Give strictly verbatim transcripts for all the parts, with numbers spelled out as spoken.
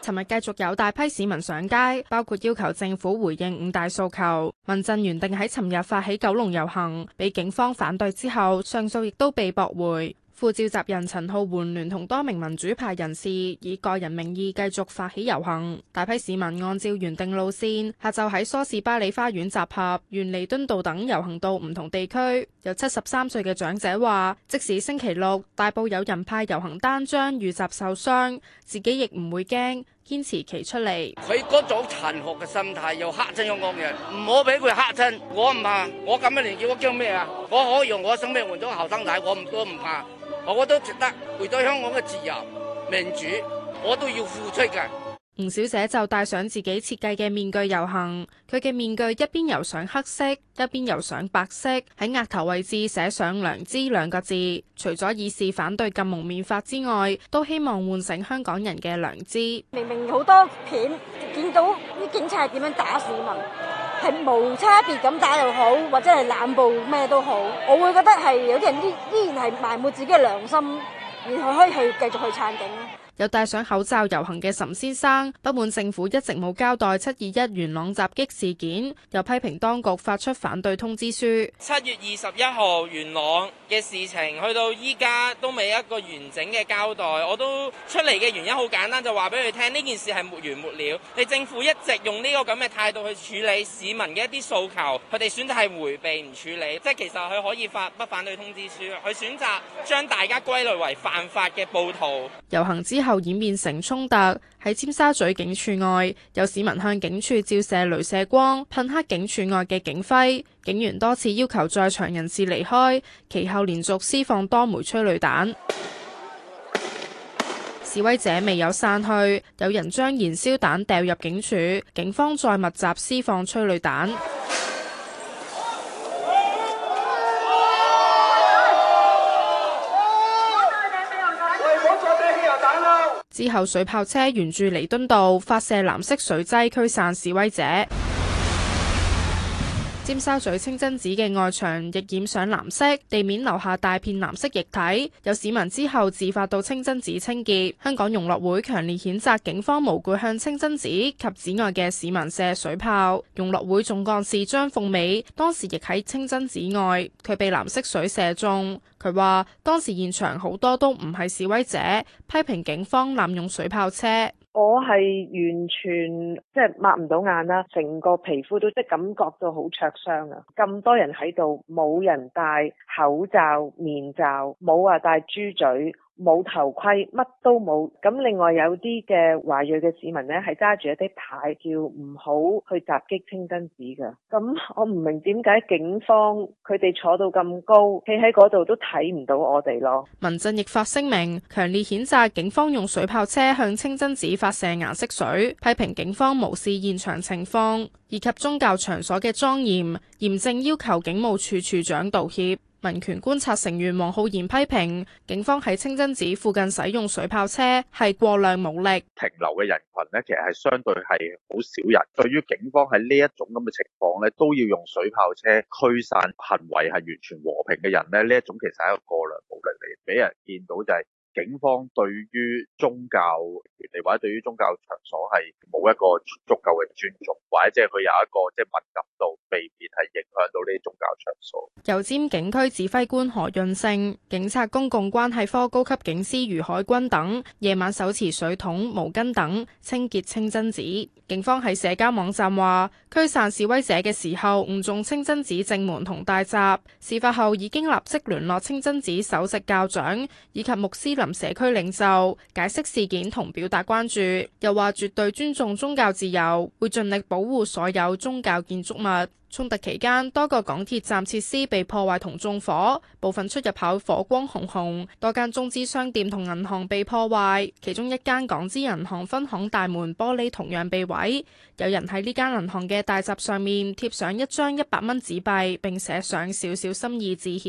尋日繼續有大批市民上街，包括要求政府回應五大訴求。民陣原定喺尋日發起九龍遊行，被警方反對之後，上訴亦都被駁回。副召集人陳浩桓聯同多名民主派人士以個人名義繼續發起遊行，大批市民按照原定路線，下晝喺梳士巴利花園集合，沿彌敦道等遊行到唔同地區。有七十三歲嘅長者話，即使星期六大埔有人派遊行單張遇襲受傷，自己亦唔會驚，堅持企出嚟。 佢嗰種殘酷嘅心態又嚇親香港人，唔好俾佢嚇親。我唔怕，我咁嘅年紀我驚咩啊？我可以用我生命換咗後生仔，我唔都唔怕。我都值得為咗香港嘅自由民主，我都要付出㗎。 吳小姐就戴上自己設計嘅面具遊行，佢嘅面具一邊油上黑色，一邊油上白色，喺額頭位置寫上良知兩個字。除咗以示反對禁蒙面法之外，都希望喚醒香港人嘅良知。 明明好多片見到啲警察係點樣打市民，係無差別咁打又好，或者係濫捕咩都好，我會覺得係有啲人依依然係埋沒自己嘅良心，然後可以去繼續去撐警。 有戴上口罩遊行嘅岑先生不滿政府一直冇交代七二一元朗襲擊事件，又批評當局發出反對通知書。 七月二十一號元朗嘅事情去到依家都未一個完整嘅交代，我都出嚟嘅原因好簡單，就話俾佢聽呢件事係沒完沒了。你政府一直用呢個咁嘅態度去處理市民嘅一啲訴求，佢哋選擇係迴避唔處理，即係其實佢可以發不反對通知書，佢選擇將大家歸類為犯法嘅暴徒。 遊行之後後演變成衝突，喺尖沙咀警署外，有市民向警署照射鐳射光，噴黑警署外嘅警徽，警員多次要求在場人士離開，其後連續施放多枚催淚彈。示威者未有散去，有人將燃燒彈掉入警署，警方再密集施放催淚彈。之後水炮車沿住彌敦道發射藍色水劑驅散示威者。尖沙咀清真寺嘅外牆亦染上藍色，地面留下大片藍色液體。有市民之後自發到清真寺清潔。香港融樂會強烈譴責警方無故向清真寺及寺外嘅市民射水炮。融樂會總幹事張鳳美當時亦喺清真寺外，佢被藍色水射中。佢話當時現場好多都唔係示威者，批評警方濫用水炮車。 我係完全即係擘唔到眼啦，成個皮膚都即係感覺到好灼傷啊！咁多人喺度，冇人戴口罩、面罩，冇話戴豬嘴，冇頭盔，乜都冇。咁另外有啲嘅華裔嘅市民呢，係揸住一啲牌叫唔好去襲擊清真寺㗎。咁我唔明點解警方佢哋坐到咁高，企喺嗰度都睇唔到我哋咯。 民陣亦發聲明，強烈譴責警方用水炮車向清真寺發射顏色水，批評警方無視現場情況以及宗教場所嘅莊嚴，嚴正要求警務處處長道歉。民權觀察成員黃浩然批評警方喺清真寺附近使用水炮車係過量武力。 停留嘅人群呢，其實係相對係好少人。對於警方喺呢一種咁嘅情況呢，都要用水炮車驅散行為係完全和平嘅人呢，呢一種其實係一個過量武力嚟，俾人見到就係警方對於宗教權利或者對於宗教場所係冇一個足夠嘅尊重，或者即係佢有一個即係敏感度，避免係影響到呢啲宗教場所。 油尖警區指揮官何潤勝、警察公共關係科高級警司余海軍等夜晚手持水桶、毛巾等清潔清真寺。警方喺社交網站話，驅散示威者嘅時候誤中清真寺正門同大閘。事發後已經立即聯絡清真寺首席教長以及穆斯林社區領袖，解釋事件同表達關注。又話絕對尊重宗教自由，會盡力保護所有宗教建築物。衝突期間，多個港鐵站設施被破壞同縱火，部分出入口火光紅紅，多間中資商店同銀行被破壞，其中一間港資銀行分行大門玻璃同樣被毀。有人喺呢間銀行嘅大閘上面貼上一張一百蚊紙幣，並寫上少少心意致歉。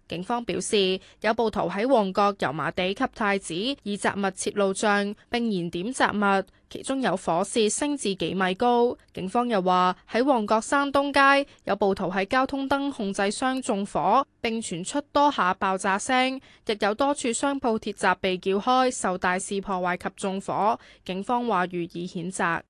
警方表示，有暴徒喺旺角油麻地及太子以雜物設路障，並燃點雜物，其中有火舌升至幾米高。警方又話喺旺角山東街有暴徒喺交通燈控制箱縱火，並傳出多下爆炸聲，亦有多處商鋪鐵閘被撬開，受大肆破壞及縱火。警方話予以譴責。